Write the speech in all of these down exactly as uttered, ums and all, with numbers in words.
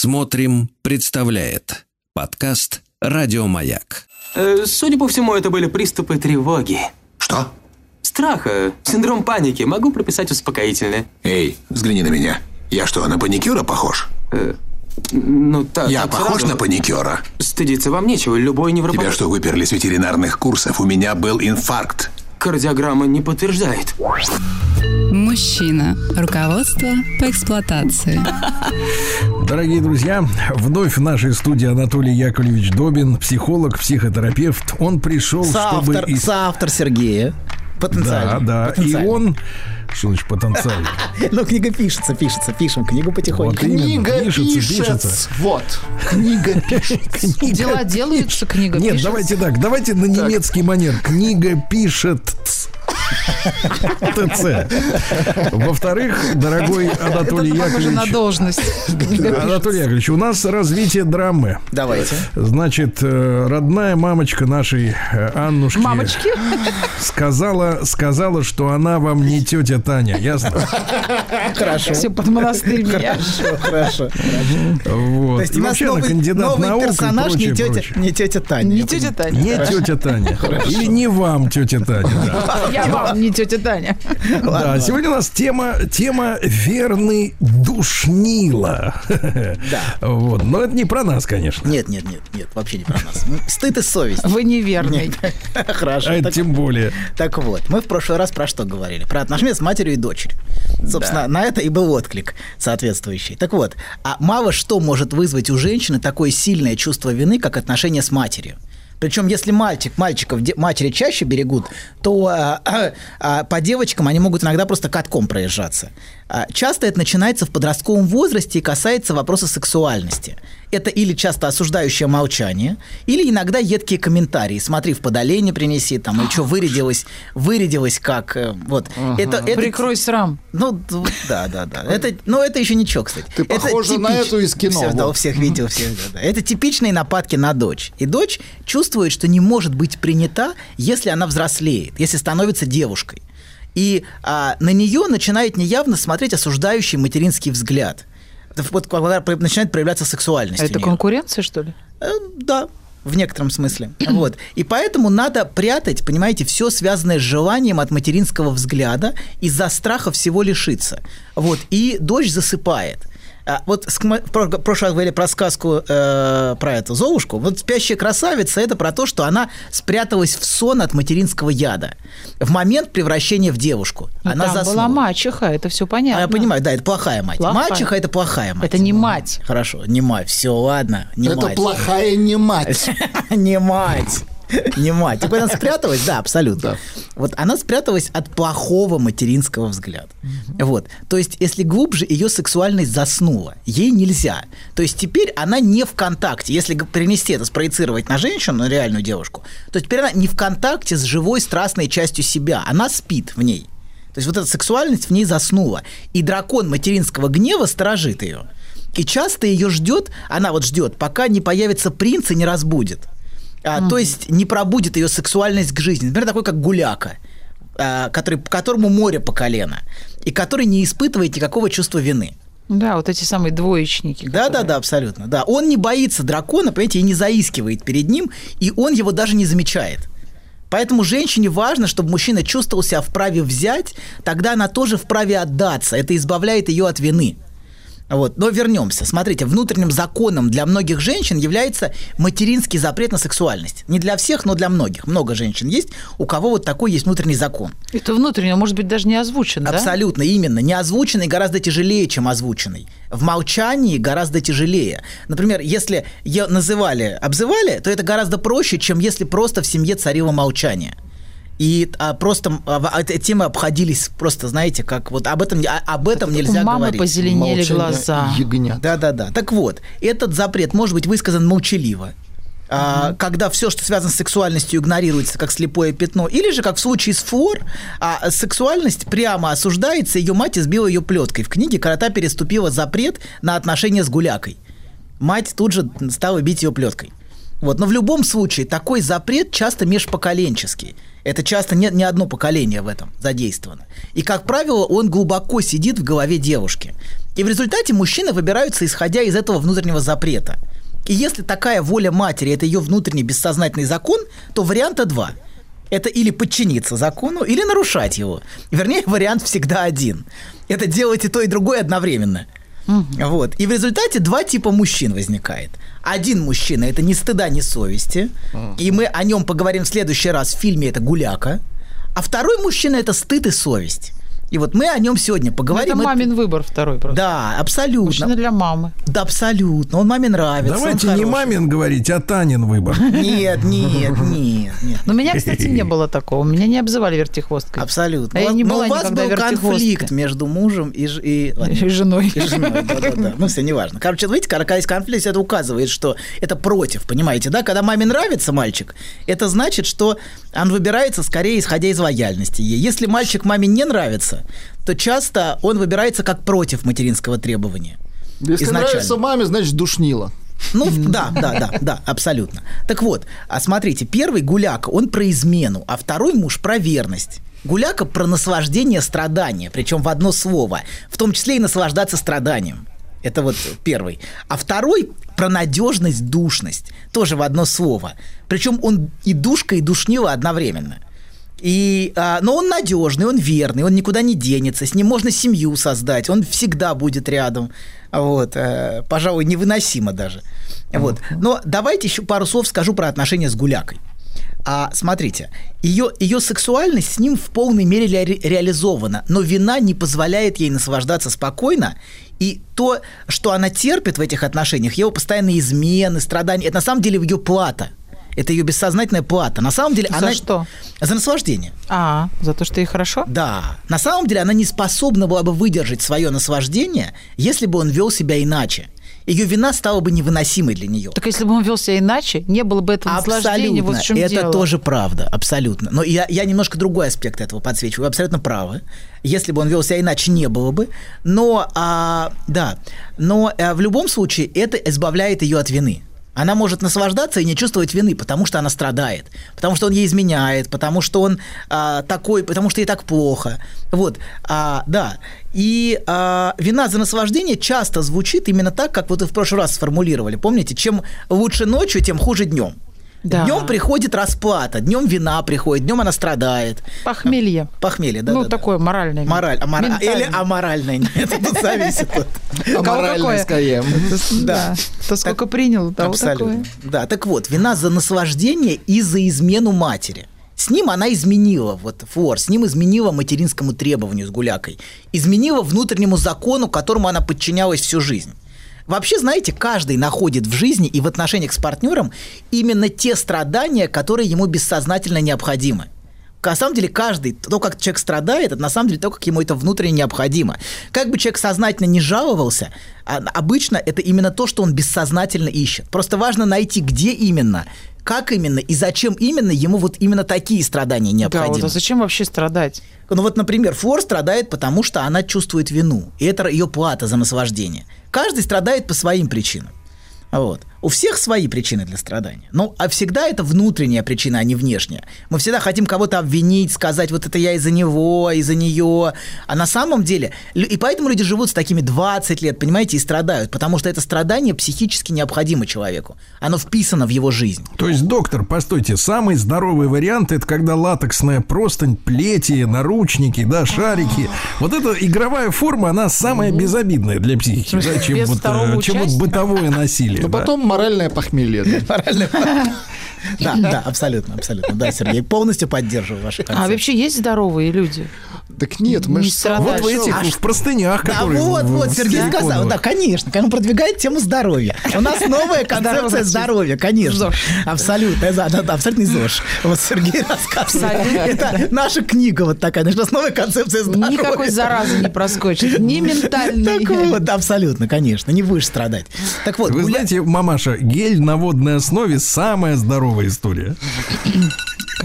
Смотрим, представляет подкаст «Радио Маяк». Э, судя по всему, это были приступы тревоги. Что? Страха, синдром паники. Могу прописать успокоительное. Эй, взгляни на меня. Я что, на паникюра похож? Э, ну, так, Я так похож сразу. на паникюра? Стыдиться вам нечего, любой невропатолог. Тебя что, выперли с ветеринарных курсов? У меня был инфаркт. Кардиограмма не подтверждает. Мужчина. Руководство по эксплуатации. Дорогие друзья, вновь в нашей студии Анатолий Яковлевич Добин, психолог, психотерапевт. Он пришел, соавтор, чтобы... Соавтор Сергея. Потенциально. Да, да. Потенциально. И он... Что значит потенциально? Ну, книга пишется, пишется, пишем книгу потихоньку. Вот именно, Книга пишется, пишется. пишется. Вот. Книга пишется. Дела делаются, книга Нет, пишется. давайте так, давайте на немецкий манер. Книга пишет. ТЦ. Во-вторых, дорогой Анатолий Это похоже на Яковлевич. должность. Анатолий Яковлевич, у нас развитие драмы. Давайте. Значит, э, родная мамочка нашей э, Аннушки Мамочки? сказала, сказала, что она вам не тетя Таня, ясно? Хорошо. Все под монастырь меня. Хорошо, хорошо. Вот. То есть И у нас вообще она новый, кандидат новый наук и персонаж прочее, не, тетя, прочее. не тетя Таня. Не я тетя понимаю. Таня. Не тетя Таня. Или не вам тетя Таня. Да. Я вам не тетя Таня. Да, сегодня у нас тема, тема верный душнила. Да. Вот. Но это не про нас, конечно. Нет, нет, нет, нет, вообще не про нас. Стыд и совесть. Вы неверный. Хорошо. А это так, тем более. так вот, мы в прошлый раз про что говорили? Про отношения с матерью и дочерью. Собственно, на это и был отклик соответствующий. Так вот, а мало что может вызвать у женщины такое сильное чувство вины, как отношения с матерью. Причем, если мальчик, мальчиков де, матери чаще берегут, то а, а, а, по девочкам они могут иногда просто катком проезжаться. А, часто это начинается в подростковом возрасте и касается вопроса сексуальности. Это или часто осуждающее молчание, или иногда едкие комментарии. Смотри, в подоление принеси, там, или что, вырядилась, вырядилась как... э, Вот. Ага. Это, это, Прикрой срам. Ну, да, да, да. Это, но это еще ничего, кстати. Ты Это похожа на типич- эту из кино, Всё, да, вот. у всех видел, всех видел, да. Это типичные нападки на дочь. И дочь чувствует, что не может быть принята, если она взрослеет, если становится девушкой. И а, на нее начинает неявно смотреть осуждающий материнский взгляд. Вот когда начинает проявляться сексуальность. Это у неё. конкуренция, что ли? Э, Да, в некотором смысле. Вот. И поэтому надо прятать, понимаете, все связанное с желанием от материнского взгляда из-за страха всего лишиться. Вот. И дочь засыпает. А вот в прошлый раз говорили про сказку э, про эту Золушку. Вот «Спящая красавица» – это про то, что она спряталась в сон от материнского яда в момент превращения в девушку. Ну, она там заснула. была мачеха, это все понятно. А я понимаю, да, это плохая мать. Плохая. Мачеха – это плохая мать. Это не мать. Хорошо, не мать. Все, ладно, не Это мать. плохая не мать. Не мать. Не мать. Так она спряталась? Да, абсолютно. Да. Вот она спряталась от плохого материнского взгляда. Вот. То есть, если глубже, ее сексуальность заснула. Ей нельзя. То есть, теперь она не в контакте. Если г- перенести это, спроецировать на женщину, на реальную девушку, то теперь она не в контакте с живой страстной частью себя. Она спит в ней. То есть, вот эта сексуальность в ней заснула. И дракон материнского гнева сторожит ее. И часто ее ждет, она вот ждет, пока не появится принц и не разбудит. А, mm-hmm. То есть не пробудит ее сексуальность к жизни. Например, такой, как гуляка, а, который, которому море по колено, и который не испытывает никакого чувства вины. Да, вот эти самые двоечники. Да, да, да, абсолютно. Да. Он не боится дракона, понимаете, и не заискивает перед ним, и он его даже не замечает. Поэтому женщине важно, чтобы мужчина чувствовал себя вправе взять, тогда она тоже вправе отдаться. Это избавляет ее от вины. Вот. Но вернемся. Смотрите, внутренним законом для многих женщин является материнский запрет на сексуальность. Не для всех, но для многих. Много женщин есть, у кого вот такой есть внутренний закон. Это внутренне, может быть, даже не озвучен, да? Абсолютно, именно. Не озвученный гораздо тяжелее, чем озвученный. В молчании гораздо тяжелее. Например, если ее называли, обзывали, то это гораздо проще, чем если просто в семье царило молчание. И а, просто а, эти темы обходились просто, знаете, как вот об этом, а, об этом нельзя У мамы говорить. позеленели Молчание глаза. ягнят. Да-да-да. Так вот, этот запрет может быть высказан молчаливо, uh-huh. а, когда все, что связано с сексуальностью, игнорируется как слепое пятно, или же, как в случае с Флор, а, сексуальность прямо осуждается, ее мать избила ее плеткой. В книге когда та переступила запрет на отношения с гулякой. Мать тут же стала бить ее плеткой. Вот. Но в любом случае такой запрет часто межпоколенческий. Это часто не, не одно поколение в этом задействовано. И, как правило, он глубоко сидит в голове девушки. И в результате мужчины выбираются, исходя из этого внутреннего запрета. И если такая воля матери – это ее внутренний бессознательный закон, то варианта два. Это или подчиниться закону, или нарушать его. Вернее, вариант всегда один. Это делать и то, и другое одновременно. Угу. Вот. И в результате два типа мужчин возникает. Один мужчина – это ни стыда, ни совести. Угу. И мы о нем поговорим в следующий раз в фильме «Это гуляка». А второй мужчина – это стыд и совесть. И вот мы о нем сегодня поговорим. Это мамин это... выбор второй просто. Да, абсолютно. Мужчина для мамы. Да, абсолютно. Он маме нравится. Давайте не мамин говорить, а Танин выбор. Нет, нет, нет, нет. Но у меня, кстати, не было такого. Меня не обзывали вертихвосткой. Абсолютно. А я не Но была у вас был конфликт между мужем и, и... и женой. И женой, да-да-да. Ну, все, неважно. Короче, видите, когда есть конфликт, это указывает, что это против, понимаете, да? Когда маме нравится мальчик, это значит, что он выбирается скорее исходя из лояльности. Если мальчик маме не нравится, то часто он выбирается как против материнского требования. Если нравится маме, значит, душнила. Ну, да, да, да, да, абсолютно. Так вот, а смотрите, первый гуляка, он про измену, а второй муж про верность. Гуляка про наслаждение страдания, причем в одно слово, в том числе и наслаждаться страданием. Это вот первый. А второй про надежность, душность, тоже в одно слово. Причем он и душка, и душнила одновременно. И, а, но он надежный, он верный, он никуда не денется, с ним можно семью создать, он всегда будет рядом, вот, э, пожалуй, невыносимо даже. Вот. Но давайте еще пару слов скажу про отношения с гулякой. А, смотрите, ее, ее сексуальность с ним в полной мере ре- реализована, но вина не позволяет ей наслаждаться спокойно, и то, что она терпит в этих отношениях, его постоянные измены, страдания, это на самом деле ее плата. Это ее бессознательная плата. На самом деле за она... что? За наслаждение. А, за то, что ей хорошо? Да. На самом деле она не способна была бы выдержать свое наслаждение, если бы он вел себя иначе. Ее вина стала бы невыносимой для нее. Так если бы он вел себя иначе, не было бы этого наслаждения. Вот в чем это дело. Тоже правда, абсолютно. Но я, я немножко другой аспект этого подсвечиваю. Вы абсолютно правы. Если бы он вел себя иначе, не было бы. Но, а, да. Но а, в любом случае это избавляет ее от вины. Она может наслаждаться и не чувствовать вины, потому что она страдает, потому что он ей изменяет, потому что он а, такой, потому что ей так плохо. Вот, а, да. И а, вина за наслаждение часто звучит именно так, как вот вы в прошлый раз сформулировали. Помните, чем лучше ночью, тем хуже днем. Да. Днем приходит расплата, днем вина приходит, днем она страдает. Похмелье. Похмелье, да. Ну, да, такое да. моральное. Мораль, амора... Или аморальное. Нет, это зависит от... Аморальное скорее. Да. Кто сколько принял, того такое. Да, так вот, вина за наслаждение и за измену матери. С ним она изменила, вот Флор, с ним изменила материнскому требованию с гулякой. Изменила внутреннему закону, которому она подчинялась всю жизнь. Вообще, знаете, каждый находит в жизни и в отношениях с партнером именно те страдания, которые ему бессознательно необходимы. На самом деле, каждый, то, как человек страдает, это на самом деле то, как ему это внутренне необходимо. Как бы человек сознательно не жаловался, обычно это именно то, что он бессознательно ищет. Просто важно найти, где именно, как именно и зачем именно ему вот именно такие страдания необходимы. Да, вот, а зачем вообще страдать? Ну вот, например, Флор страдает, потому что она чувствует вину, и это ее плата за наслаждение. Каждый страдает по своим причинам. Вот. У всех свои причины для страдания. Ну, а всегда это внутренняя причина, а не внешняя. Мы всегда хотим кого-то обвинить, сказать, вот это я из-за него, из-за нее. А на самом деле... И поэтому люди живут с такими двадцать лет, понимаете, и страдают. Потому что это страдание психически необходимо человеку. Оно вписано в его жизнь. То есть, доктор, постойте, самый здоровый вариант — это когда латексная простынь, плети, наручники, да, шарики. Вот эта игровая форма, она самая безобидная для психики, да, чем, вот, чем вот бытовое насилие. Но потом моральное похмелье. Моральное похмелье. Да, да, абсолютно, абсолютно. Да, Сергей, полностью поддерживаю ваши концепции. А вообще есть здоровые люди? Так нет, мы не же... Вот в этих, а в простынях, да, которые... вот, в, вот, в Сергей силиконовых. сказал, да, конечно, он продвигает тему здоровья. У нас новая концепция здоровья, конечно. Абсолютно, да, да, абсолютный ЗОЖ. Вот Сергей рассказывает. Это наша книга вот такая, у нас новая концепция здоровья. Никакой заразы не проскочит, ни ментальной. Так вот, абсолютно, конечно, не будешь страдать. Так вот, Вы гуля... знаете, мамаша, гель на водной основе — самая здоровая история. Кошмар.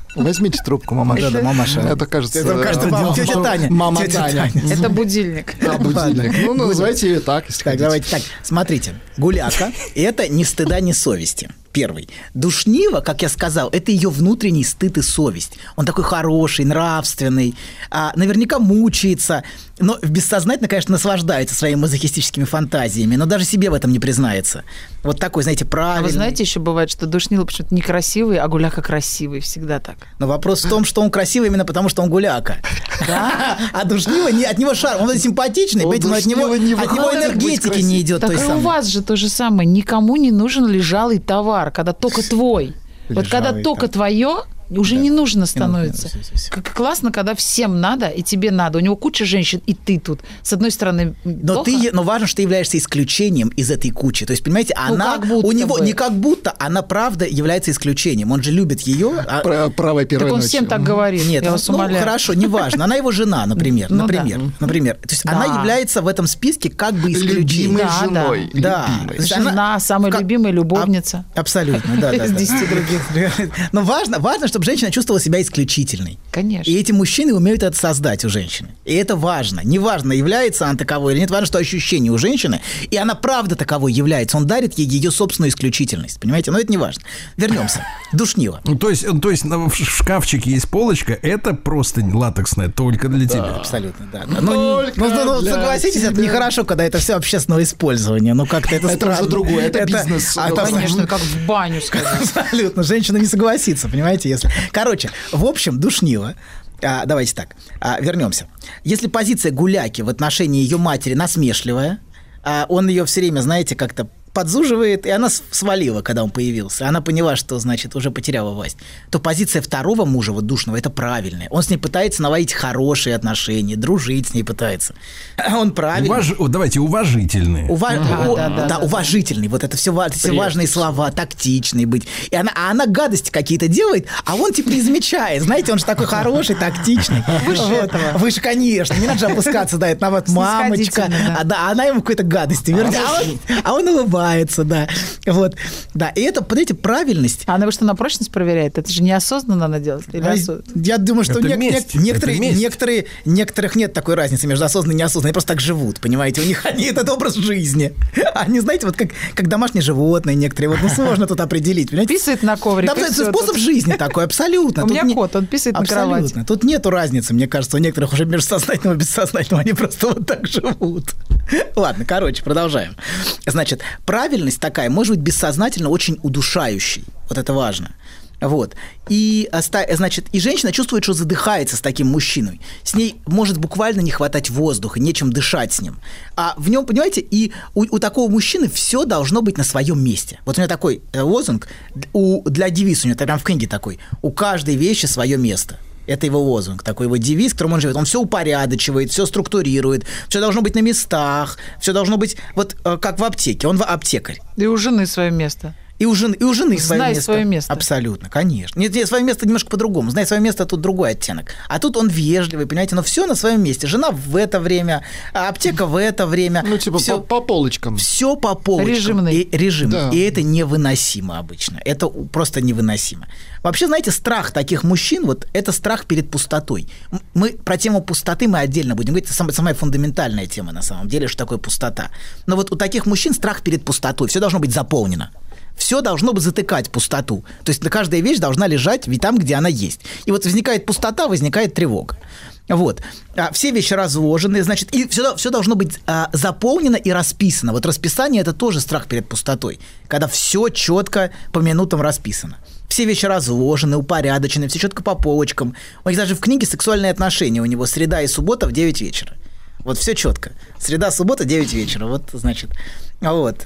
Возьмите трубку, мамаша. Да, мамаша. Это, кажется... Это, кажется, мама, тетя Таня. Мама тетя Таня. Таня. Это будильник. А, будильник. Ну, называйте ее так, если Так, хотите. давайте так. Смотрите. Гуляка – это ни стыда, ни совести. Первый. Душнила, как я сказал, это ее внутренний стыд и совесть. Он такой хороший, нравственный, а, наверняка мучается, но бессознательно, конечно, наслаждается своими мазохистическими фантазиями, но даже себе в этом не признается. Вот такой, знаете, правильный. А вы знаете, еще бывает, что душнила почему-то некрасивый, а гуляка красивый. Всегда так. Но вопрос в том, что он красивый именно потому, что он гуляка. Да? А душнила не, от него шарм. Он симпатичный, Он но от него, душнила не от него выходит быть энергетики красивым. не идет Так той и самой. у вас же то же самое. Никому не нужен лежалый товар, когда только твой. Вот когда Лежалый только товар. твое, уже не нужно становится. Всё, всё, всё. Как классно, когда всем надо, и тебе надо. У него куча женщин, и ты тут. С одной стороны, Но, плохо. ты, но важно, что ты являешься исключением из этой кучи. То есть, понимаете, Ну, она как будто у него бы. не как будто, она правда является исключением. Он же любит ее. А... Про- Правая Так первой он ночи. всем так говорит. Нет, я ну, вас ну, умоляю. хорошо, неважно. Она его жена, например. Ну, например, да. например. То есть Да. она является в этом списке как бы исключением. Любимой Да, женой. Да. Любимой. То есть Жена, она- самая как- любимая любовница. А- абсолютно, да, да. Из да. десяти других. Но важно, важно, чтобы женщина чувствовала себя исключительной. Конечно. И эти мужчины умеют это создать у женщины. И это важно. Неважно, является она таковой или нет, важно, что ощущение у женщины, и она правда таковой является. Он дарит ей ее собственную исключительность. Понимаете? Но это не важно. Вернемся. Душнила. Ну, то есть, то есть на- в шкафчике есть полочка, это простынь латексная только для тебя. Абсолютно, да. Ну, ну, Только ну, ну, для согласитесь, это тебя. нехорошо, когда это все общественного использования. Ну, как-то это Это странно. уже другое, это бизнес. а, Ну, это- Конечно, как в баню сказать. Абсолютно. Женщина не согласится, понимаете, если... Короче, в общем, душнила. А, давайте так, а, вернемся. Если позиция гуляки в отношении ее матери насмешливая, а он ее все время, знаете, как-то подзуживает, и она с- свалила, когда он появился. Она поняла, что, значит, уже потеряла власть. То позиция второго мужа, вот душного, это правильная. Он с ней пытается наладить хорошие отношения, дружить с ней пытается. Он правильный. Уваж- о, давайте, уважительные. Ува- Да, о- да, да, да, да, уважительный, вот это все, все важные слова, тактичный быть. И она, а она гадости какие-то делает, а он типа не замечает. Знаете, он же такой хороший, тактичный. Выше Вот. этого. Выше, конечно. Не надо же опускаться, да, это вот мамочка. Снисходительно, да. А, да, а она ему какой-то гадости вернет. А он, а он улыбается, да. Вот. Да, и это, понимаете, правильность. А она вы что, на прочность проверяет? Это же неосознанно она делает? Или А, осознанно? Я думаю, что Это нек- месть, нек- некоторые, это месть. некоторые, некоторых нет такой разницы между осознанным и неосознанным. Они просто так живут, понимаете? У них они, этот образ жизни. Они, знаете, вот как, как домашние животные некоторые. Вот, ну, сложно тут определить, понимаете? Писает на коврик. Да, и это всё, способ тут- жизни такой, абсолютно. У Тут меня не- кот, он писает на Абсолютно. кровати. Тут нету разницы, мне кажется, у некоторых уже между сознательным и бессознательным, они просто вот так живут. Ладно, короче, продолжаем. Значит, правильность такая может быть бессознательно очень удушающей. Вот это важно. Вот. И, оста- значит, и женщина чувствует, что задыхается с таким мужчиной. С ней может буквально не хватать воздуха, нечем дышать с ним. А в нем, понимаете, и у, у такого мужчины все должно быть на своем месте. Вот у него такой э, лозунг, у, для девиз у него, прям в книге такой, у каждой вещи свое место. Это его лозунг, такой его девиз, которым он живет. Он все упорядочивает, все структурирует, все должно быть на местах, все должно быть вот э, как в аптеке. Он в- аптекарь. И у жены свое место. И у жены, и у жены свое Знай место. свое место. Абсолютно, конечно. Нет, нет, свое место немножко по-другому. Знай свое место, тут другой оттенок. А тут он вежливый, понимаете, но все на своем месте. Жена в это время, а аптека в это время. Ну, типа все, по, по полочкам. все по полочкам. Режимный. И, режим. Да. И это невыносимо обычно. Это просто невыносимо. Вообще, знаете, страх таких мужчин, вот это страх перед пустотой. М- Мы про тему пустоты мы отдельно будем говорить. Это самая, самая фундаментальная тема на самом деле, что такое пустота. Но вот у таких мужчин страх перед пустотой. Все должно быть заполнено. Все должно бы затыкать пустоту. То есть каждая вещь должна лежать ведь там, где она есть. И вот возникает пустота, возникает тревога. Вот. А все вещи разложены, значит, и все, все должно быть а, заполнено и расписано. Вот расписание – это тоже страх перед пустотой, когда все четко по минутам расписано. Все вещи разложены, упорядочены, все четко по полочкам. У них даже в книге «Сексуальные отношения» у него среда и суббота в девять вечера. Вот все четко. Среда, суббота, девять вечера. Вот, значит, вот.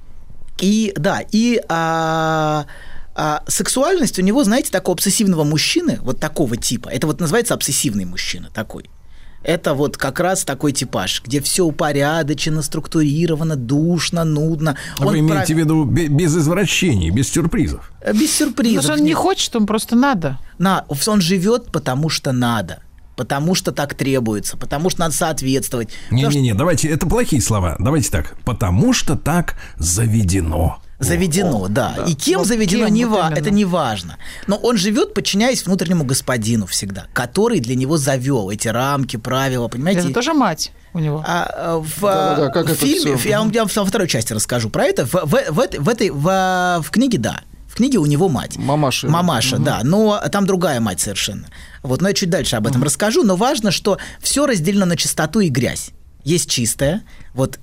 И, да, и а, а, сексуальность у него, знаете, такого обсессивного мужчины, вот такого типа, это вот называется обсессивный мужчина такой. Это вот как раз такой типаж, где все упорядочено, структурировано, душно, нудно. А вы Он имеете прав- в виду бе- без извращений, без сюрпризов? Без сюрпризов. Потому что он не хочет, он просто надо. На, он живет, потому что надо. Потому что так требуется, потому что надо соответствовать. Потому что- Не-не-не, давайте, это плохие слова. Давайте так. Потому что так заведено. Заведено, да. да. И кем вот заведено, кем, не вот ва- это не важно. Но он живет, подчиняясь внутреннему господину всегда, который для него завел эти рамки, правила, понимаете? Это тоже мать у него. А, в, да, да, как в это фильме, все? я вам, я вам во второй части расскажу про это. В, в, в, в, этой, в, в книге, да. В книге у него мать. Мамаша. Мамаша, угу. да. Но там другая мать совершенно. Вот, но я чуть дальше об этом угу. расскажу. Но важно, что все разделено на чистоту и грязь. Есть чистое, вот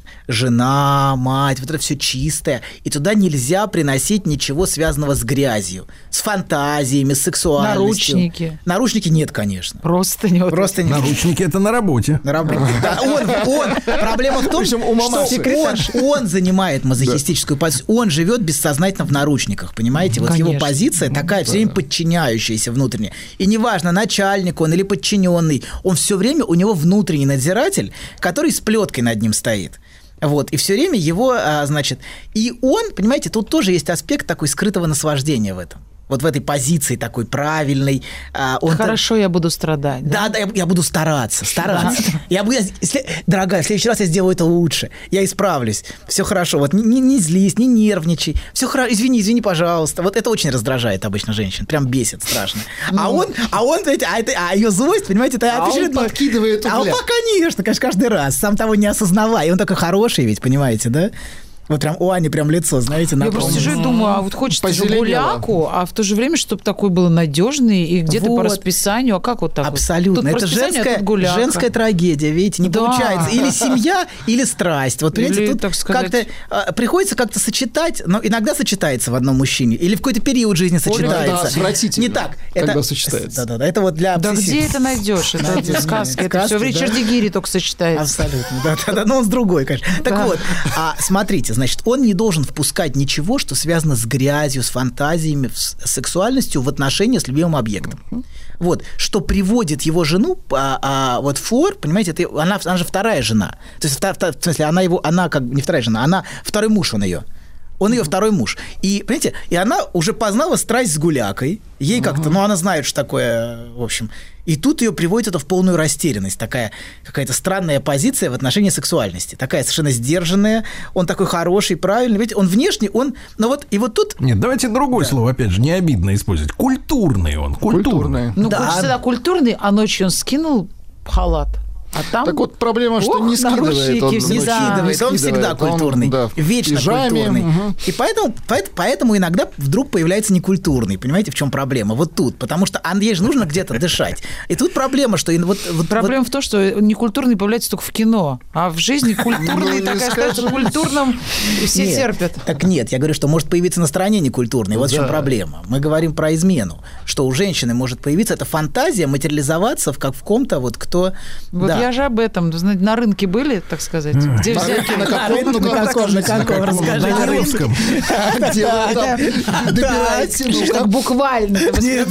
жена, мать, вот это все чистое, и туда нельзя приносить ничего связанного с грязью, с фантазиями, с сексуальностью. Наручники. Наручники нет, конечно. Просто не. Просто не. Наручники это на работе. На работе. Да, он, он. Проблема в том, что он, он занимает мазохистическую позицию, он живет бессознательно в наручниках, понимаете? Вот его позиция такая, все время подчиняющаяся внутренне. И неважно, начальник он или подчиненный, он все время, у него внутренний надзиратель, который с плеткой над ним стоит. Вот, и все время его, а, значит... И он, понимаете, тут тоже есть аспект такой скрытого наслаждения в этом. Вот в этой позиции такой правильной. А, он Хорошо, так... я буду страдать. Да, да, да я, я буду стараться, стараться. Я буду, если, дорогая, в следующий раз я сделаю это лучше. Я исправлюсь. Все хорошо. Вот не, не злись, не нервничай. Все хорошо. Извини, извини, пожалуйста. Вот это очень раздражает обычно женщин. Прям бесит страшно. Ну. А он, а он, а, это, а ее злость, понимаете, это а он подкидывает угля. А он, конечно, конечно, каждый раз, сам того не осознавая. И он такой хороший ведь, понимаете, да? Вот прям у Ани прям лицо, знаете, я просто сижу и думаю, а вот хочется же гуляку, а в то же время, чтобы такой был надежный и где-то вот. По расписанию, а как вот так? Абсолютно. Вот? Это женская, женская трагедия, видите, не да. получается. Или семья, или страсть. Вот, понимаете, или, тут так сказать... как-то а, приходится как-то сочетать, но иногда сочетается в одном мужчине, или в какой-то период жизни сочетается. Да, отвратительно. Не так. Когда это, сочетается. Да-да-да, это вот для Да где это найдешь? Это сказки. Это все в Ричарде Гире только сочетается. Абсолютно. Да-да-да, но он с другой, конечно. Так вот, смотрите, значит, он не должен впускать ничего, что связано с грязью, с фантазиями, с сексуальностью в отношения с любимым объектом. Uh-huh. Вот, что приводит его жену, а, а, вот Флор, понимаете, это, она, она же вторая жена. То есть, в смысле, она его, она как не вторая жена, она второй муж он ее. Он ее второй муж. И, понимаете, и она уже познала страсть с гулякой. Ей как-то, uh-huh. ну, она знает, что такое, в общем. И тут ее приводит это в полную растерянность. Такая какая-то странная позиция в отношении сексуальности. Такая совершенно сдержанная. Он такой хороший, правильный. Видите, он внешне, он... Ну вот, и вот тут... Нет, давайте другое да. слово, опять же, не обидно использовать. Культурный он, культурный. Ну, да. всегда культурный, а ночью он скинул халат. А там... Так вот проблема, что Ох, не скидывает он. Не скидывает, он всегда культурный. Он, да, вечно пижаме, культурный. Угу. И поэтому, поэтому иногда вдруг появляется некультурный. Понимаете, в чем проблема? Вот тут. Потому что ей же нужно где-то дышать. И тут проблема, что... Вот, вот, проблема вот... в том, что некультурный появляется только в кино. А в жизни культурный, так остается культурным, и все терпят. Так нет, я говорю, что может появиться на стороне некультурный. Вот в чем проблема. Мы говорим про измену. Что у женщины может появиться эта фантазия материализоваться как в ком-то, вот кто... Я же об этом, знаете, на рынке были, так сказать, где на взять... рынке на каком? Ну, на каком, на каком, расскажи. На русском. Где вы там добираете? Так буквально.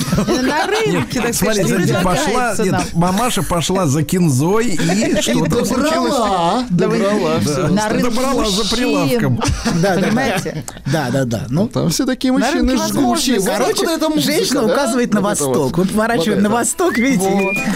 На рынке, так сказать, что предлагается нам. Мамаша пошла за кинзой и что-то случилось. Добрала. На рынке добрала за прилавком. Понимаете? Да, да, да. Ну, там все такие мужчины жгучие. Короче, женщина указывает на восток. Мы поворачиваем на восток, видите?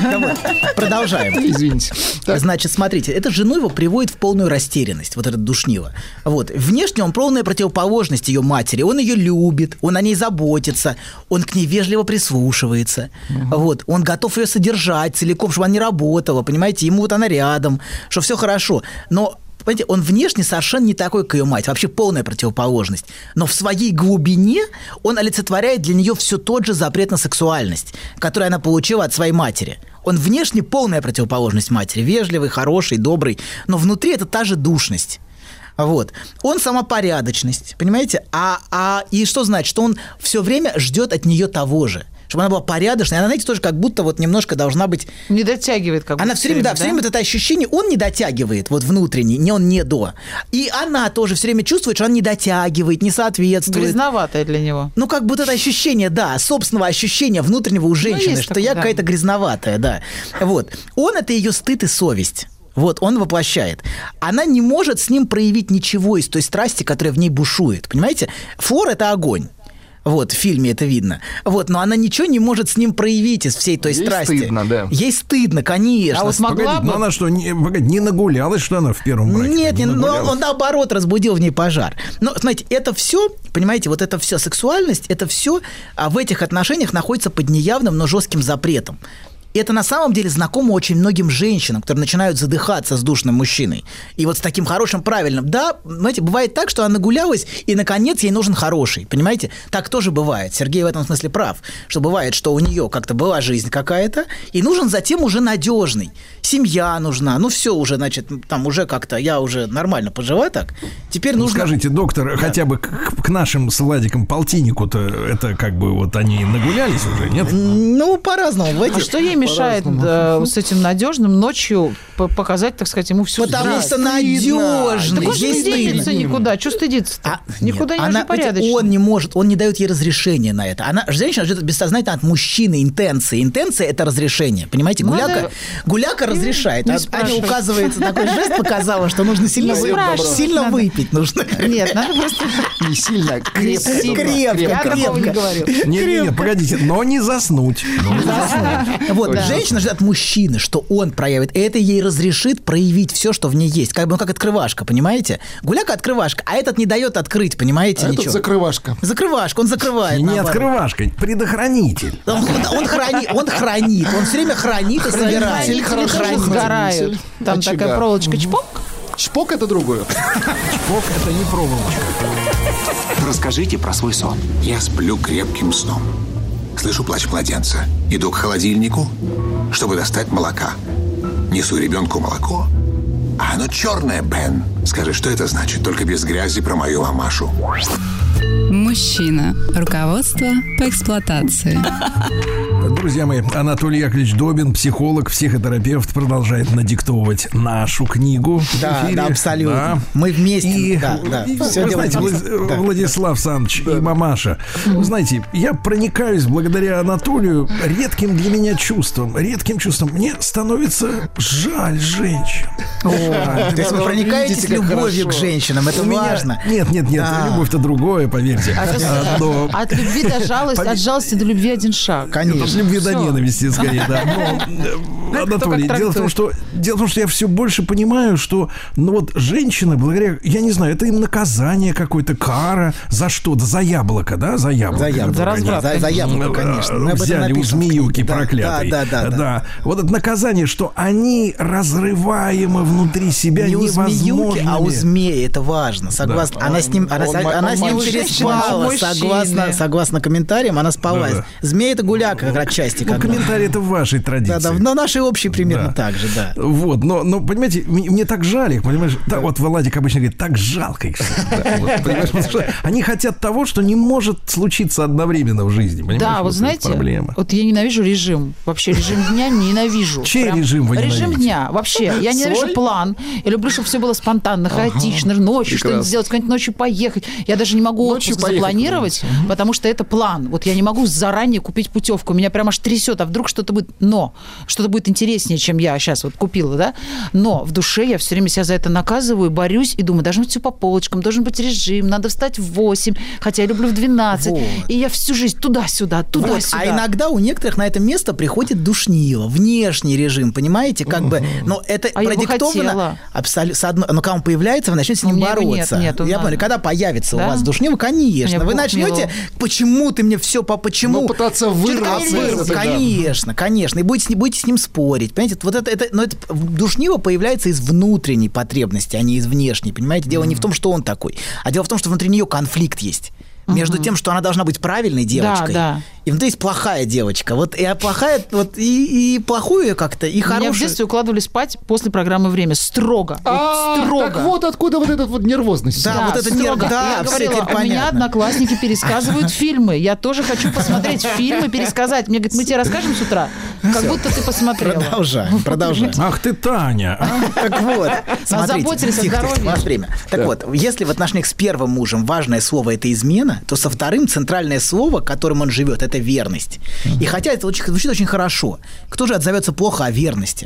Продолжаем. Извините. Так. Значит, смотрите, эта жену его приводит в полную растерянность, вот этот душнило. Вот. Внешне он полная противоположность ее матери. Он ее любит, он о ней заботится, он к ней вежливо прислушивается. Угу. Вот. Он готов ее содержать целиком, чтобы она не работала, понимаете, ему вот она рядом, что все хорошо. Но понимаете, он внешне совершенно не такой, как ее мать, вообще полная противоположность. Но в своей глубине он олицетворяет для нее все тот же запрет на сексуальность, который она получила от своей матери. Он внешне полная противоположность матери, вежливый, хороший, добрый, но внутри это та же душность. Вот. Он самопорядочность, понимаете? А, а, и что значит? Что он все время ждет от нее того же. Чтобы она была порядочной. Она, знаете, тоже как будто вот немножко должна быть... Не дотягивает как будто. Она все время, да, да, все время вот это ощущение, он не дотягивает, вот внутренний, не он не до. И она тоже все время чувствует, что он не дотягивает, не соответствует. Грязноватое для него. Ну, как будто это ощущение, да, собственного ощущения внутреннего у женщины, ну, что такое, я да. какая-то грязноватая, да. Вот. Он – это ее стыд и совесть. Вот, он воплощает. Она не может с ним проявить ничего из той страсти, которая в ней бушует. Понимаете? Флор – это огонь. Вот, в фильме это видно. Вот, но она ничего не может с ним проявить из всей той Ей страсти. стыдно, да. Ей стыдно, конечно. А вот могла Погодите, бы... но она что, не, погоди, не нагулялась, что она в первом браке? Нет, не, но нагулялась? он наоборот разбудил в ней пожар. Но, смотрите, это все, понимаете, вот это все сексуальность, это все а в этих отношениях находится под неявным, но жестким запретом. И это на самом деле знакомо очень многим женщинам, которые начинают задыхаться с душным мужчиной. И вот с таким хорошим, правильным. Да, знаете, бывает так, что она нагулялась, и, наконец, ей нужен хороший. Понимаете? Так тоже бывает. Сергей в этом смысле прав. Что бывает, что у нее как-то была жизнь какая-то, и нужен затем уже надежный. Семья нужна. Ну, все уже, значит, там уже как-то я уже нормально пожила так. Теперь Ну, нужно... скажите, доктор, да. хотя бы к, к нашим с Владиком полтиннику-то это как бы вот они нагулялись уже, нет? Ну, по-разному. В А этих... что ей мешает э, с этим надежным ночью показать, так сказать, ему всю Потому жизнь? что надежный. Так он же не Ей стыдится стыдно. никуда. Что стыдиться-то? А, Никуда нет, не она, уже порядочно. Он не может, он не дает ей разрешения на это. Она, женщина ждет бессознательно от мужчины интенции. Интенция – это разрешение. Понимаете, Надо... гуляка, гуляка разрешает. Не А, Аня указывается, такой жест показала, что нужно сильно, Не вы... спрашивать сильно надо. выпить. Нужно. Нет, надо просто... Не сильно, крепко. сильно. Крепко, Я такого не крепко. говорю. Нет, нет, нет, погодите, но не заснуть. Но не заснуть. Вот, женщина ждет от мужчины, что он проявит. И это ей разрешит проявить все, что в ней есть. Как бы, ну, как открывашка, понимаете? Гуляка открывашка, а этот не дает открыть, понимаете, А ничего. этот закрывашка. Закрывашка, он закрывает. Не наоборот. открывашка, предохранитель. Он, он, храни- он хранит, он все время хранит и собирает. Хранители хорошо тоже хранитель. сгорают. Там Очага. такая проволочка чпок. Шпок – это другое. Чпок – это не проволочка. Расскажите про свой сон. Я сплю крепким сном. Слышу плач младенца. Иду к холодильнику, чтобы достать молока. Несу ребенку молоко. А оно черное, Бен. Скажи, что это значит? Только без грязи про мою мамашу. Мужчина. Руководство по эксплуатации. Друзья мои, Анатолий Яковлевич Добин, психолог, психотерапевт, продолжает надиктовывать нашу книгу. в Да, эфире. да, абсолютно. Да. Мы вместе. И, да, да. и, Всё вы делаем знаете, вместе. Влад- Да. Владислав Саныч и мамаша, вы знаете, я проникаюсь благодаря Анатолию редким для меня чувством, редким чувством. Мне становится жаль женщин. То есть вы проникаетесь Видите, как любовью к хорошо. женщинам, это У меня- важно. Нет, нет, нет, А. любовь-то другое, поверьте. А, но- От любви до жалости, от жалости до любви один шаг. От Конечно. любви до Всё. ненависти, скорее, да. Но, э, Анатолий, как дело в том, что дело в том, что я все больше понимаю, что ну вот женщины, благодаря, я не знаю, это им наказание какое-то, кара за что-то, за яблоко, да, за яблоко. За яблоко, За разврат, за, за яблоко, Ну, конечно. Мы э, об этом взяли у напишем в змеюки книге. Да, проклятой. Да, да, да. да. Вот это наказание, что они разрываемы внутри себя Не у змеюки, невозможными. а у змеи, это важно. Согласно, Да. она с ним, она, Он с- ма- она он с ним мальчик. переспала, Мужчина. согласно, согласно комментариям, она спалась. Да. Змея это гуляка, как отчасти. Ну, как бы. комментарий это в вашей традиции. Да, да, но наши общие примерно Да. так же, да. Вот, но, но понимаете, мне, мне так жаль их, понимаешь? Так, вот Владик обычно говорит, так жалко их. всех. Да, вот, понимаешь, потому что они хотят того, что не может случиться одновременно в жизни. Понимаешь? Да, вот это знаете, проблема. вот я ненавижу режим. Вообще режим дня ненавижу. Чей Прям режим вы Режим ненавидите? дня. Вообще. Я ненавижу Свой? план. Я люблю, чтобы все было спонтанно, хаотично. Ночью что-нибудь прекрасно. сделать, куда-нибудь ночью поехать. Я даже не могу Ночью отпуск поехать запланировать, потому что это план. Вот я не могу заранее купить путевку. Меня прям аж трясет. А вдруг что-то будет... Но! Что-то будет интереснее, чем я сейчас вот купила, да? Но в душе я все время себя за это наказываю, борюсь и думаю, должно быть все по полочкам, должен быть режим, надо встать в восемь, хотя я люблю в двенадцать. Вот. И я всю жизнь туда-сюда, туда-сюда. Вот, а иногда у некоторых на это место приходит душнило, внешний режим, понимаете, как бы, но это А я бы продиктовано хотела. абсолютно, но когда он появляется, вы начнете с У ним меня его бороться. нет, нет, у Я нас- понял, когда появится Да? у вас душнило, конечно, Мне вы Бог начнете, миловал. почему ты мне все по почему? Ну, пытаться Что-то вырваться как из вырваться. этого, да. Конечно, конечно, и будете, с ним- будете с ним спорить, понимаете, вот это, это, но это душнило появляется из внутренней потребности, а не из внешней, понимаете, дело не в том, что он такой, а дело в том, что внутри нее конфликт есть. Между тем, что она должна быть правильной девочкой, да. и внутри есть плохая девочка. Вот и плохая, вот и, и плохую как-то, и Меня в хорошую. детстве укладывали спать после программы «Время». Строго. А, вот строго. так вот откуда вот эта вот нервозность. Да, вот это строго. нерв- да, Я всё говорила, теперь у меня понятно. одноклассники пересказывают фильмы. Я тоже хочу посмотреть фильмы, пересказать. Мне говорят, мы тебе расскажем с утра, как будто ты посмотрела. Продолжаем, продолжаем. Ах ты, Таня! а? Так вот, смотрите, Заботились о тихо, тихо, здоровье. у нас время. Так вот, если в отношениях с первым мужем важное слово – это измена, то со вторым центральное слово, которым он живет, это верность. И хотя это очень- звучит очень хорошо, кто же отзовется плохо о верности?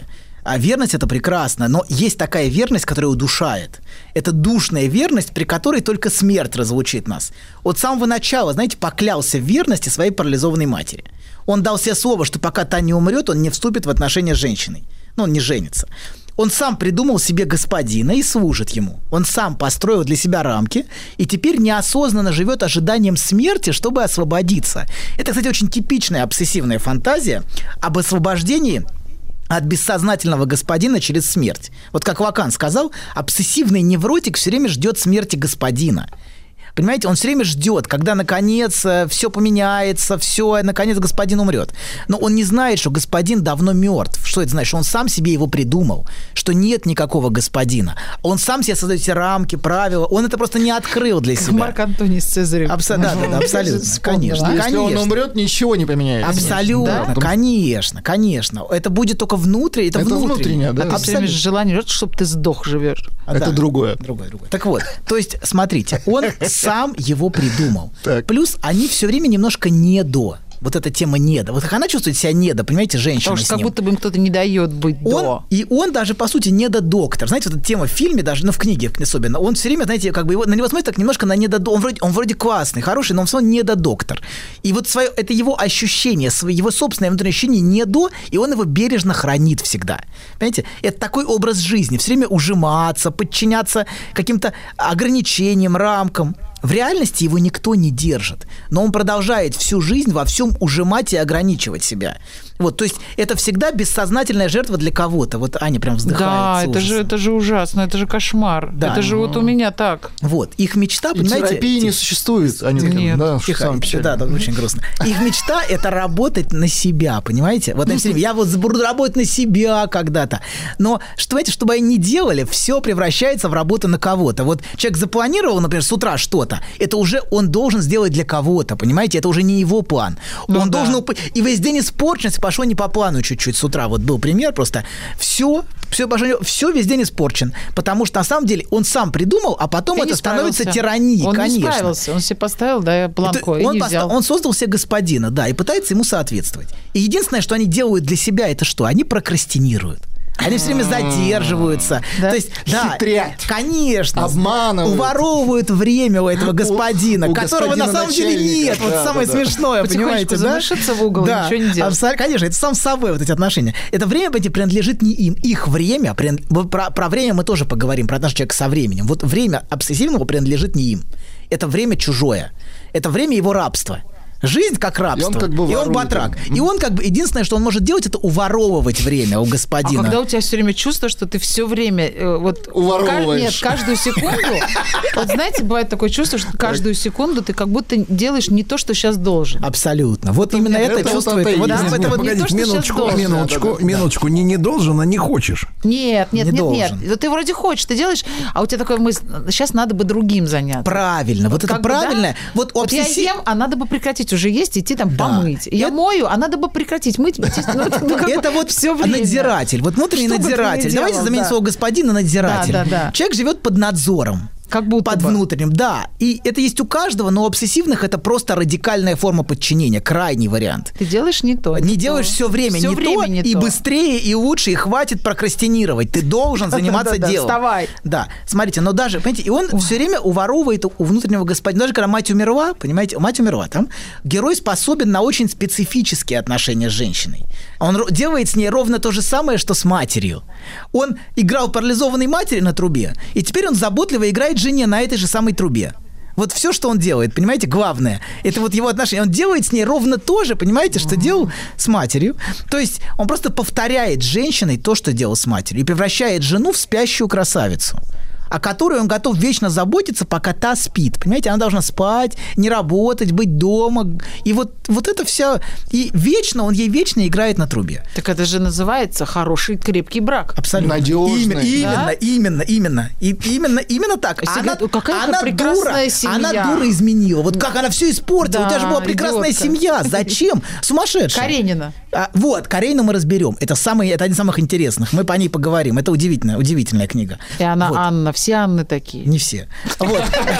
А верность – это прекрасно, но есть такая верность, которая удушает. Это душная верность, при которой только смерть разлучит нас. От самого начала, знаете, поклялся в верности своей парализованной матери. Он дал себе слово, что пока та не умрет, он не вступит в отношения с женщиной. Ну, он не женится. Он сам придумал себе господина и служит ему. Он сам построил для себя рамки и теперь неосознанно живет ожиданием смерти, чтобы освободиться. Это, кстати, очень типичная обсессивная фантазия об освобождении от бессознательного господина через смерть. Вот как Лакан сказал, обсессивный невротик все время ждет смерти господина. Понимаете, он все время ждет, когда, наконец, все поменяется, все, наконец, господин умрет. Но он не знает, что господин давно мертв. Что это значит? Что он сам себе его придумал, что нет никакого господина. Он сам себе создает эти рамки, правила. Он это просто не открыл для себя. Марк Антоний с Цезарем. Абсо- да, да, да, абсолютно. Конечно. Если конечно. он умрет, ничего не поменяется. Абсолютно, Да? конечно, конечно. Это будет только внутри, это, Это внутреннее. внутреннее, да. А ты все время желание, чтобы ты сдох живешь. А, Это да. другое. Другое, другое. Так вот, то есть, смотрите, он сам его придумал. Так. Плюс они все время немножко не до. Вот эта тема недо. Вот как она чувствует себя недо, понимаете, женщина Потому что с как ним. будто бы им кто-то не дает быть Он, до. и он даже, по сути, недодоктор. Знаете, вот эта тема в фильме даже, ну, в книге особенно, он все время, знаете, как бы его, на него смотрит так немножко на недодоктор. Он вроде, он вроде классный, хороший, но он все равно недодоктор. И вот свое, это его ощущение, его собственное внутреннее ощущение недо, и он его бережно хранит всегда. Понимаете? Это такой образ жизни. Все время ужиматься, подчиняться каким-то ограничениям, рамкам. В реальности его никто не держит, но он продолжает всю жизнь во всем ужимать и ограничивать себя. Вот, то есть это всегда бессознательная жертва для кого-то. Вот Аня прям вздыхает. Да, с это же, ужасом. это же ужасно, это же кошмар. Да. Это же вот у меня так. Вот, их мечта, И понимаете... терапии не те- существует. Они такие, Нет. да, что Тихо, самое печальное. да, да, очень грустно. Их мечта – это работать на себя, понимаете? Вот они все время, я вот буду работать на себя когда-то. Но, что, понимаете, чтобы они не делали, все превращается в работу на кого-то. Вот человек запланировал, например, с утра что-то, это уже он должен сделать для кого-то, понимаете? Это уже не его план. Ну он да. должен... уп- И весь день испорченность пошло не по плану чуть-чуть с утра. Вот был пример просто. Все, все, все весь день испорчен. Потому что, на самом деле, он сам придумал, а потом Ты это не становится справился. тиранией, Он конечно. не справился, он себе поставил, да, планку, Это и он, не поста- взял. он создал себе господина, да, и пытается ему соответствовать. И единственное, что они делают для себя, это что? Они прокрастинируют. Они все время задерживаются. Да? То есть, да, Хитрят. конечно. Обманывают. Уворовывают время у этого господина, у которого на господина самом деле начальника. нет. Вот Да, самое да, да. смешное, Потихонечку понимаете, да? замешаться в угол и Да, ничего не делать. абсолютно, конечно, это сам с собой вот эти отношения. Это время, понимаете, принадлежит не им. Их время, принадлежит- вот про, про время мы тоже поговорим, про отношения человека со временем. Вот время обсессивного принадлежит не им. Это время чужое. Это время его рабства. Жизнь как рабство. И он как бы И он ворует батрак. его. И он как бы единственное, что он может делать, это уворовывать время у А господина. когда у тебя все время чувство, что ты все время э, вот Уворовываешь. ка- нет, каждую секунду. Вот знаете, бывает такое чувство, что каждую секунду ты как будто делаешь не то, что сейчас должен. Абсолютно. Вот именно это это вот чувствует. это и Вот есть. это Да, вот не Погодите, то, что минуточку, сейчас должен. минуточку, Да, да, да. минуточку. Не не должен, а не хочешь. Нет, нет, Не нет, должен. нет. Вот ты вроде хочешь, ты делаешь, а у тебя такая мысль, сейчас надо бы другим заняться. правильно. Вот это Как бы, да? правильно. Вот у Вот я обсесси- ем, а надо бы прекратить уже есть, идти там Да. помыть. Я Это- мою, а надо бы прекратить мыть. идти, ну, это ну, как бы Это вот всё время. надзиратель, вот внутренний Что бы ты ни надзиратель. Давайте делал, заменим да. слово господин на надзиратель. Да, да, да. Человек живет под надзором. Как будто Под бы. внутренним, да. И это есть у каждого, но у обсессивных это просто радикальная форма подчинения, крайний вариант. Ты делаешь не то. Не то. делаешь все время Всё не время то, не и то. быстрее, и лучше, и хватит прокрастинировать. Ты должен заниматься Да-да-да, делом. вставай. Да, смотрите, но даже, понимаете, и он все время уворовывает у внутреннего господина. Даже когда мать умерла, понимаете, мать умерла, там герой способен на очень специфические отношения с женщиной. Он ро- делает с ней ровно то же самое, что с матерью. Он играл парализованной матери на трубе, и теперь он заботливо играет жене на этой же самой трубе. Вот все, что он делает, понимаете, главное, это вот его отношения. Он делает с ней ровно то же, понимаете, что делал с матерью. То есть он просто повторяет с женщиной то, что делал с матерью, и превращает жену в спящую красавицу, о которой он готов вечно заботиться, пока та спит. Понимаете, она должна спать, не работать, быть дома. И вот, вот это все. И вечно, он ей вечно играет на трубе. Так это же называется хороший крепкий брак. Абсолютно. Надёжный. Именно, именно, Да? именно, именно. И, именно, именно так. Все Она, говорят, какая она прекрасная дура, семья. она дура изменила. Вот как она все испортила. Да, У тебя же была прекрасная идиотка. семья. Зачем? Сумасшедшая. Каренина. А, вот, Каренину мы разберем. Это, самый, это один из самых интересных. Мы по ней поговорим. Это удивительная, удивительная книга. И она Вот. Анна, все Анны такие. Не все. Вот.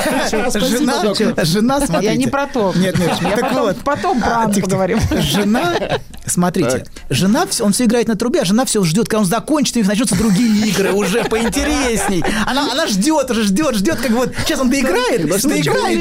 Жена, доктор. жена, смотрите. Я не про то. Нет, нет. Я Так потом, вот. потом про А, Анну тихо, тихо. поговорим. Жена, Смотрите, так. жена, он все играет на трубе, а жена все ждет, когда он закончит, и у них начнутся другие игры уже поинтересней. Она, она ждет, уже ждет, ждет, как вот сейчас он доиграет, доиграет,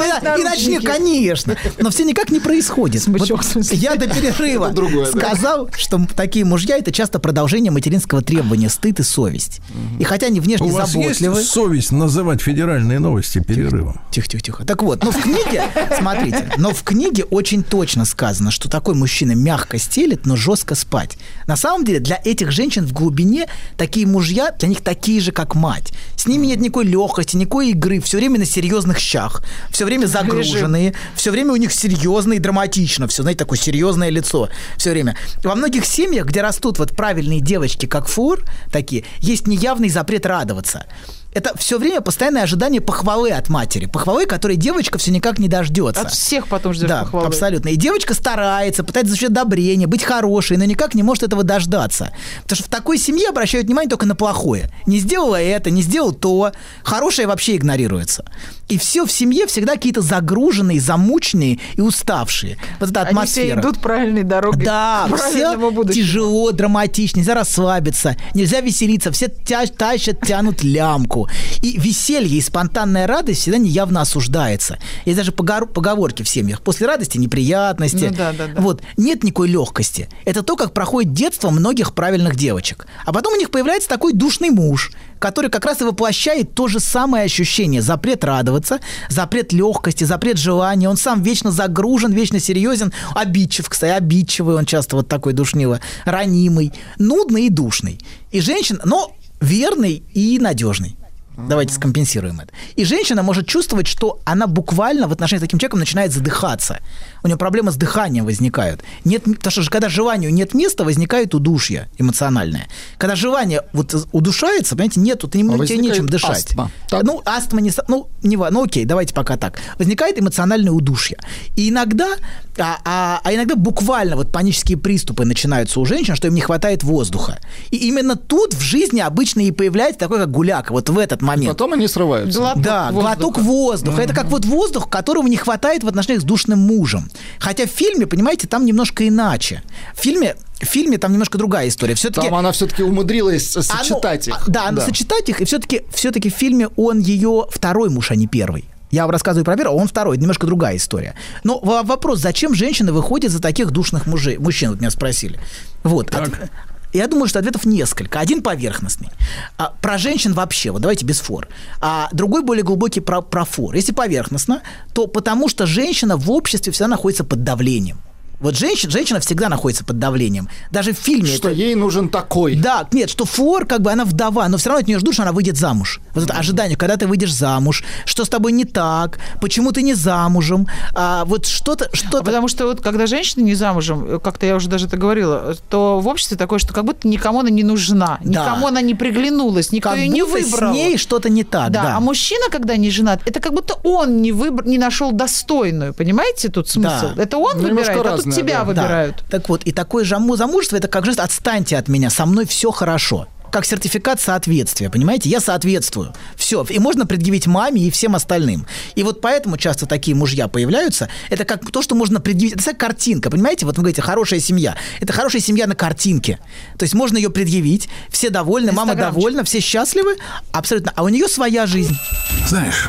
и начнет, конечно. Но все никак не происходит. Вот я до перерыва сказал, что такие мужья это часто продолжение материнского требования, стыд и совесть. И хотя они внешне заботливы. У вас есть совесть называть федеральные новости перерывом? Тихо-тихо-тихо. Так вот, ну в книге, смотрите, но в книге очень точно сказано, что такой мужчина мягко стелет, но жестко спать. На самом деле для этих женщин в глубине такие мужья, для них такие же, как мать. С ними нет никакой легкости, никакой игры, все время на серьезных щах, все время загруженные, все время у них серьезно и драматично, все, знаете, такое серьезное лицо все время. Во многих семьях, где растут вот правильные девочки, как Фор, такие, есть неявный запрет радоваться. Это все время постоянное ожидание похвалы от матери. Похвалы, которой девочка все никак не дождется. От всех потом ждешь да, похвалы. Абсолютно. И девочка старается, пытается защитить одобрение, быть хорошей, но никак не может этого дождаться. Потому что в такой семье обращают внимание только на плохое. Не сделала это, не сделал то. Хорошее вообще игнорируется. И все в семье всегда какие-то загруженные, замученные и уставшие. Вот эта атмосфера. Они все идут правильной дорогой. Да, все тяжело, драматично, нельзя расслабиться, нельзя веселиться, все тя- тащат, тянут лямку. И веселье и спонтанная радость всегда неявно осуждается. Есть даже поговорки в семьях. После радости неприятности. Ну, да, да, да. Вот. Нет никакой легкости. Это то, как проходит детство многих правильных девочек. А потом у них появляется такой душный муж, который как раз и воплощает то же самое ощущение. Запрет радоваться, запрет легкости, запрет желания. Он сам вечно загружен, вечно серьезен. Обидчив, кстати, обидчивый он часто вот такой душнило. Ранимый, нудный и душный. И женщина, но верный и надежный. Давайте скомпенсируем это. И женщина может чувствовать, что она буквально в отношении с таким человеком начинает задыхаться. У нее проблемы с дыханием возникают. Нет, потому что когда желанию нет места, возникает удушье эмоциональное. Когда желание вот удушается, понимаете, нету, ты не, а тебе нечем дышать. Астма. Ну, астма не... Ну, не ну, окей, давайте пока так. Возникает эмоциональное удушье. И иногда, а, а, а иногда буквально вот панические приступы начинаются у женщин, что им не хватает воздуха. И именно тут в жизни обычно и появляется такой, как гуляка, вот в этот момент. Потом они срываются. Глоток да, воздуха. глоток воздуха. Mm-hmm. Это как вот воздух, которого не хватает в отношениях с душным мужем. Хотя в фильме, понимаете, там немножко иначе. В фильме, в фильме там немножко другая история. Все-таки, там она все-таки умудрилась сочетать оно, их. Да, она да. сочетать их. И все-таки, все-таки в фильме он ее второй муж, а не первый. Я вам рассказываю про первого, а он второй. Это немножко другая история. Но вопрос, зачем женщины выходят за таких душных мужей? Мужчин, вот меня спросили. Вот. От, я думаю, что ответов несколько. Один поверхностный. А, про женщин вообще, вот давайте без фор. А другой более глубокий про, про фор. Если поверхностно, то потому что женщина в обществе всегда находится под давлением. Вот женщина, женщина всегда находится под давлением. Даже в фильме... Что это... ей нужен такой. Да, нет, что Фор, как бы она вдова, но все равно от нее ждут, что она выйдет замуж. Вот это ожидание, когда ты выйдешь замуж, что с тобой не так, почему ты не замужем, а вот что-то... что-то... А потому что вот когда женщина не замужем, как-то я уже даже это говорила, то в обществе такое, что как будто никому она не нужна, да. никому она не приглянулась, никто как ее не выбрал. С ней что-то не так, да. да. А мужчина, когда не женат, это как будто он не, выбр... не нашел достойную, понимаете тут смысл? Да. Это он ну, выбирает, а тут тебя да. выбирают. Да. Так вот, и такое замужество, это как жест «отстаньте от меня, со мной все хорошо». Как сертификат соответствия, понимаете? Я соответствую. Все. И можно предъявить маме и всем остальным. И вот поэтому часто такие мужья появляются. Это как то, что можно предъявить. Это как картинка, понимаете? Вот вы говорите, хорошая семья. Это хорошая семья на картинке. То есть можно ее предъявить, все довольны, мама довольна, все счастливы. Абсолютно. А у нее своя жизнь. Знаешь,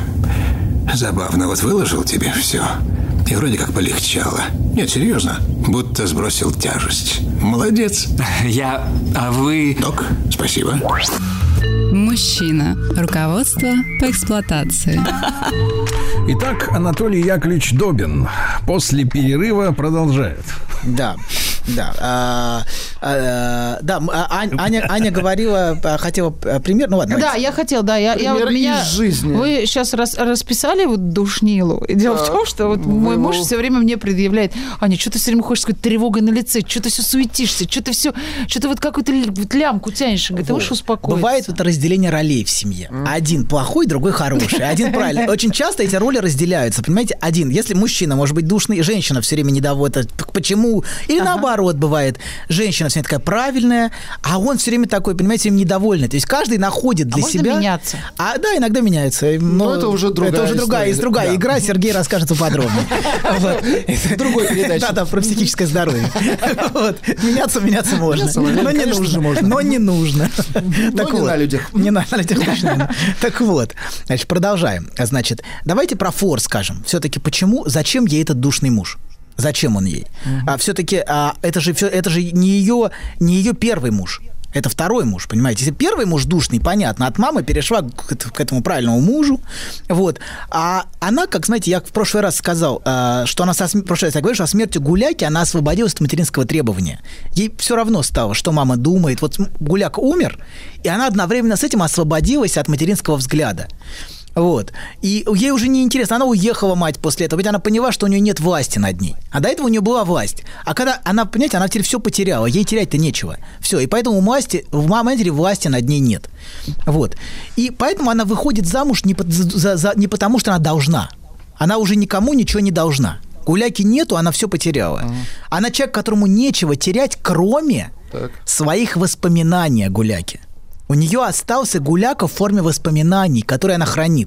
забавно, вот выложил тебе все. И вроде как полегчало. Нет, серьезно. Будто сбросил тяжесть. Молодец. Я... А вы... Док, спасибо. Мужчина. Руководство по эксплуатации. Итак, Анатолий Яковлевич Добин после перерыва продолжает. Да. Да, а, а, да, Аня, Аня говорила, хотела пример, ну ладно. Да, давайте. я хотела, да, я, я вот меня. Жизни. Вы сейчас рас, расписали вот душнилу. И дело а, в том, что вот мой муж все время мне предъявляет: Аня, что ты все время ходишь с какой-то тревогой на лице, что ты все суетишься, что ты все, что ты вот какую-то лямку тянешь. Говорит, ты можешь успокоиться. Бывает это разделение ролей в семье. Один плохой, другой хороший, один правильный. Очень часто эти роли разделяются, понимаете? Один, если мужчина может быть душный, женщина все время недовольна, почему? Или наоборот. Наоборот, бывает, женщина вся такая правильная, а он все время такой, понимаете, им недовольный. То есть каждый находит для а себя... можно меняться? А, да, иногда меняется. Но, но это уже другая Это уже другая, история. другая Да. игра, Сергей расскажет поподробнее. В другой передаче. Да-да, про психическое здоровье. Меняться, меняться можно. Но не нужно. Но не нужно. Но не на людях. Не на людях точно. Так вот, значит, продолжаем. Значит, давайте про Фор скажем. Все-таки почему, зачем ей этот душный муж? Зачем он ей? Mm-hmm. А, все-таки а, это же, это же не, ее, не ее первый муж. Это второй муж, понимаете? Если первый муж душный, понятно, от мамы перешла к, к этому правильному мужу. Вот. А она, как, знаете, я в прошлый раз сказал, а, что она со, в прошлый раз я говорил, что со смертью Гуляки она освободилась от материнского требования. Ей все равно стало, что мама думает. Вот Гуляк умер, и она одновременно с этим освободилась от материнского взгляда. Вот. И ей уже не интересно. Она уехала, мать, после этого. Ведь она поняла, что у нее нет власти над ней. А до этого у нее была власть. А когда она, понимаете, она теперь все потеряла. Ей терять-то нечего. Все. И поэтому у власти, у матери власти над ней нет. Вот. И поэтому она выходит замуж не, по, за, за, не потому, что она должна. Она уже никому ничего не должна. Гуляки нету, она все потеряла. Uh-huh. Она человек, которому нечего терять, кроме так. своих воспоминаний о Гуляке. У нее остался Гуляка в форме воспоминаний, которые она хранит.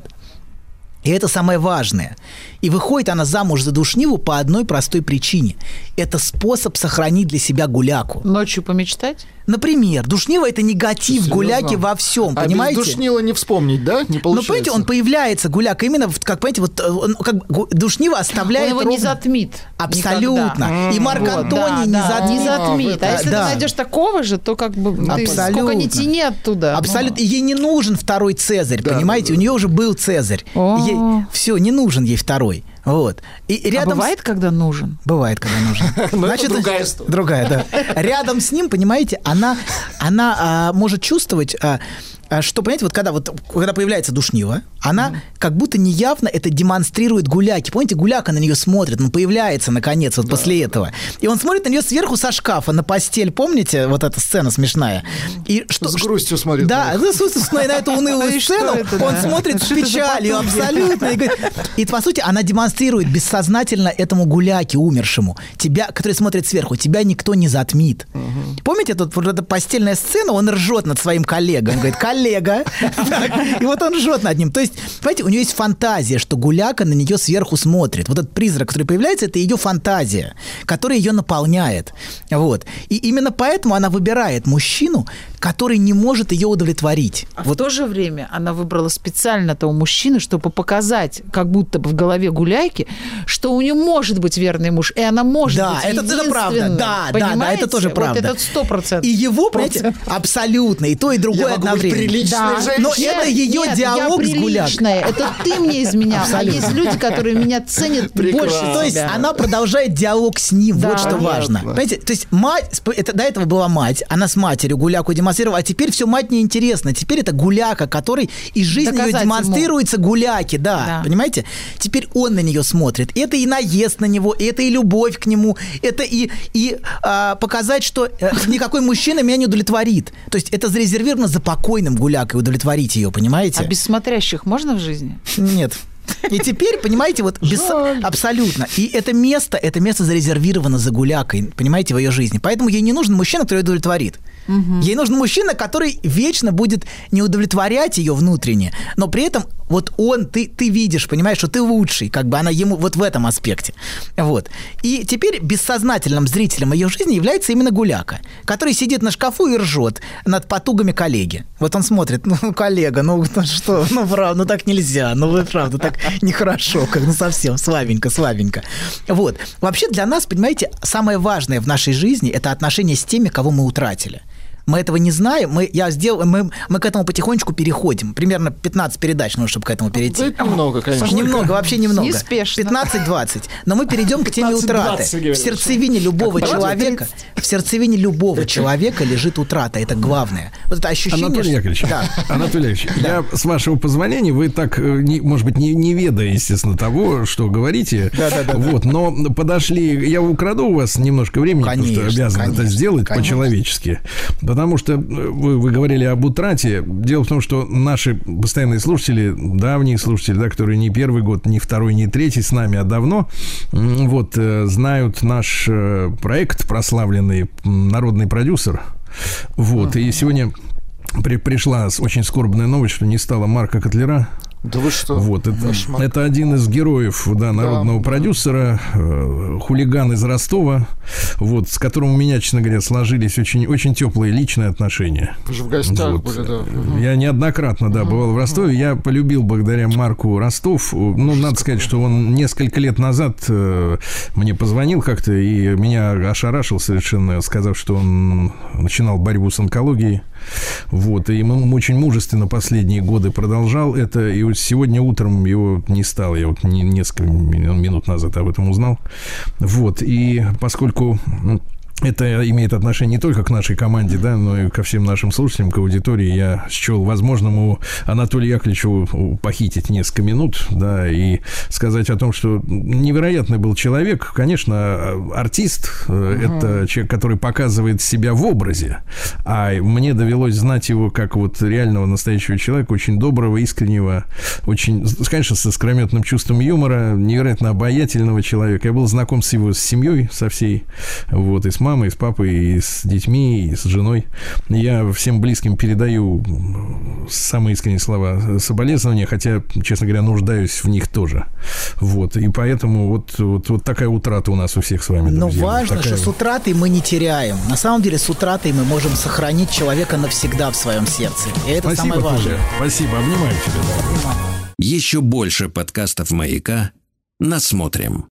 И это самое важное. И выходит она замуж за Душниву по одной простой причине. Это способ сохранить для себя Гуляку. Ночью помечтать? Например, Душнива – это негатив Гуляки во всем, а понимаете? А без Душнила не вспомнить, да? Не получается. Ну, понимаете, он появляется, Гуляка, именно, как, понимаете, вот он, как Душнива оставляет... Он его ровно... не затмит. Абсолютно. Никогда. И Марк вот, Антоний да, не да, затмит. Не затмит. А, а если да. ты найдешь такого же, то как бы ты сколько ни тяни оттуда. Абсолютно. И ей не нужен второй Цезарь, да, понимаете? Да, да. У нее уже был Цезарь. Ей... Все, не нужен ей второй. Вот. И рядом а бывает, с... когда нужен? Бывает, когда нужен. Значит, другая история. Другая, да. Рядом с ним, понимаете, она, она а, может чувствовать... А, что, понимаете, вот когда, вот когда появляется Душнива, она mm-hmm. как будто неявно это демонстрирует Гуляке. Помните, Гуляка на нее смотрит, он появляется, наконец, вот да, после да. этого. И он смотрит на нее сверху со шкафа на постель. Помните, вот эта сцена смешная? И что, с грустью смотрит. Да, на, на эту унылую сцену он смотрит с печалью абсолютно. И, по сути, она демонстрирует бессознательно этому Гуляке, умершему, тебя, который смотрит сверху, тебя никто не затмит. Помните, тут вот эта постельная сцена, он ржет над своим коллегой. Он говорит, коллега. И вот он ржет над ним. То есть, понимаете, у нее есть фантазия, что Гуляка на нее сверху смотрит. Вот этот призрак, который появляется, это ее фантазия, которая ее наполняет. Вот. И именно поэтому она выбирает мужчину, который не может ее удовлетворить. А вот. В то же время она выбрала специально того мужчину, чтобы показать, как будто бы в голове Гуляки, что у нее может быть верный муж, и она может да, быть это, это правда. Да, да, да, это тоже правда. Вот этот сто процентов. И его, понимаете, абсолютно, и то, и другое я одновременно. Да. Но нет, это ее нет, диалог я с Гулякой. Это ты мне изменял. Абсолютно. А есть люди, которые меня ценят Прекрасно. больше То есть тебя. она продолжает диалог с ним. Да, вот что понятно. важно. Понимаете, то есть мать, это, до этого была мать, она с матерью Гуляку демонстрировала, а теперь все мать неинтересно. Теперь это Гуляка, который из жизни Доказать ее демонстрируется ему. Гуляке, да, да, понимаете? Теперь он на нее смотрит. Это и наезд на него, это и любовь к нему, это и, и а, показать, что а, никакой мужчина меня не удовлетворит. То есть это зарезервировано за покойным Гулякой удовлетворить ее, понимаете? А без смотрящих можно в жизни? Нет. И теперь, понимаете, вот без... абсолютно. И это место, это место зарезервировано за Гулякой, понимаете, в ее жизни. Поэтому ей не нужен мужчина, который ее удовлетворит. Угу. Ей нужен мужчина, который вечно будет не удовлетворять ее внутренне, но при этом вот он, ты, ты видишь, понимаешь, что ты лучший, как бы она ему вот в этом аспекте. Вот. И теперь бессознательным зрителем ее жизни является именно Гуляка, который сидит на шкафу и ржет над потугами коллеги. Вот он смотрит, ну, коллега, ну, ну что, ну, правда, ну, так нельзя, ну, вы правда, так нехорошо, как, ну, совсем, слабенько, слабенько. Вот. Вообще для нас, понимаете, самое важное в нашей жизни – это отношения с теми, кого мы утратили. Мы этого не знаем, мы, я сделал, мы, мы к этому потихонечку переходим. Примерно пятнадцать передач нужно, чтобы к этому перейти. Это немного, конечно. Немного, вообще немного. Неспешно. пятнадцать-двадцать. Но мы перейдем к теме утраты. В сердцевине любого человека, в сердцевине любого человека лежит утрата. Это главное. Вот это ощущение... Анатолий Яковлевич, да. Анатолий Яковлевич, да. я, с вашего позволения, вы так, не, может быть, не, не ведая, естественно, того, что говорите, да, да, да, вот, да. но подошли... Я украду у вас немножко времени, конечно, потому что обязан конечно, это сделать конечно. по-человечески. Потому что вы, вы говорили об утрате. Дело в том, что наши постоянные слушатели, давние слушатели, да, которые не первый год, не второй, не третий с нами, а давно, вот, знают наш проект, прославленный «Народный продюсер». Вот, и сегодня при, пришла очень скорбная новость, что не стало Марка Котлера. Да вы что? Вот, это, это один из героев, да, народного да, продюсера, э, хулиган из Ростова, вот, с которым у меня, честно говоря, сложились очень, очень теплые личные отношения. Вы же в гостях вот. были, да. Я неоднократно, да, бывал в Ростове. Я полюбил благодаря Марку Ростов. Ну, Ужас надо сказать, какой. Что он несколько лет назад э, мне позвонил как-то и меня ошарашил совершенно, сказав, что он начинал борьбу с онкологией. Вот, и ему очень мужественно последние годы продолжал это, и вот сегодня утром его не стало, я вот не, несколько минут назад об этом узнал. Вот, и поскольку это имеет отношение не только к нашей команде, да, но и ко всем нашим слушателям, к аудитории, я счел возможным у Анатолия Яковлевича похитить несколько минут, да, и сказать о том, что невероятный был человек. Конечно, артист uh-huh. – это человек, который показывает себя в образе, а мне довелось знать его как вот реального настоящего человека, очень доброго, искреннего, очень, конечно, с искрометным чувством юмора, невероятно обаятельного человека. Я был знаком с его с семьей, со всей, вот, и с мамой, и с папой, и с детьми, и с женой. Я всем близким передаю самые искренние слова соболезнования, хотя, честно говоря, нуждаюсь в них тоже. Вот. И поэтому вот, вот, вот такая утрата у нас у всех с вами, Но друзья. важно, такая... что с утратой мы не теряем. На самом деле с утратой мы можем сохранить человека навсегда в своем сердце. И это Спасибо, самое важное. Коля. Спасибо, обнимаю тебя. Еще больше подкастов «Маяка» насмотрим.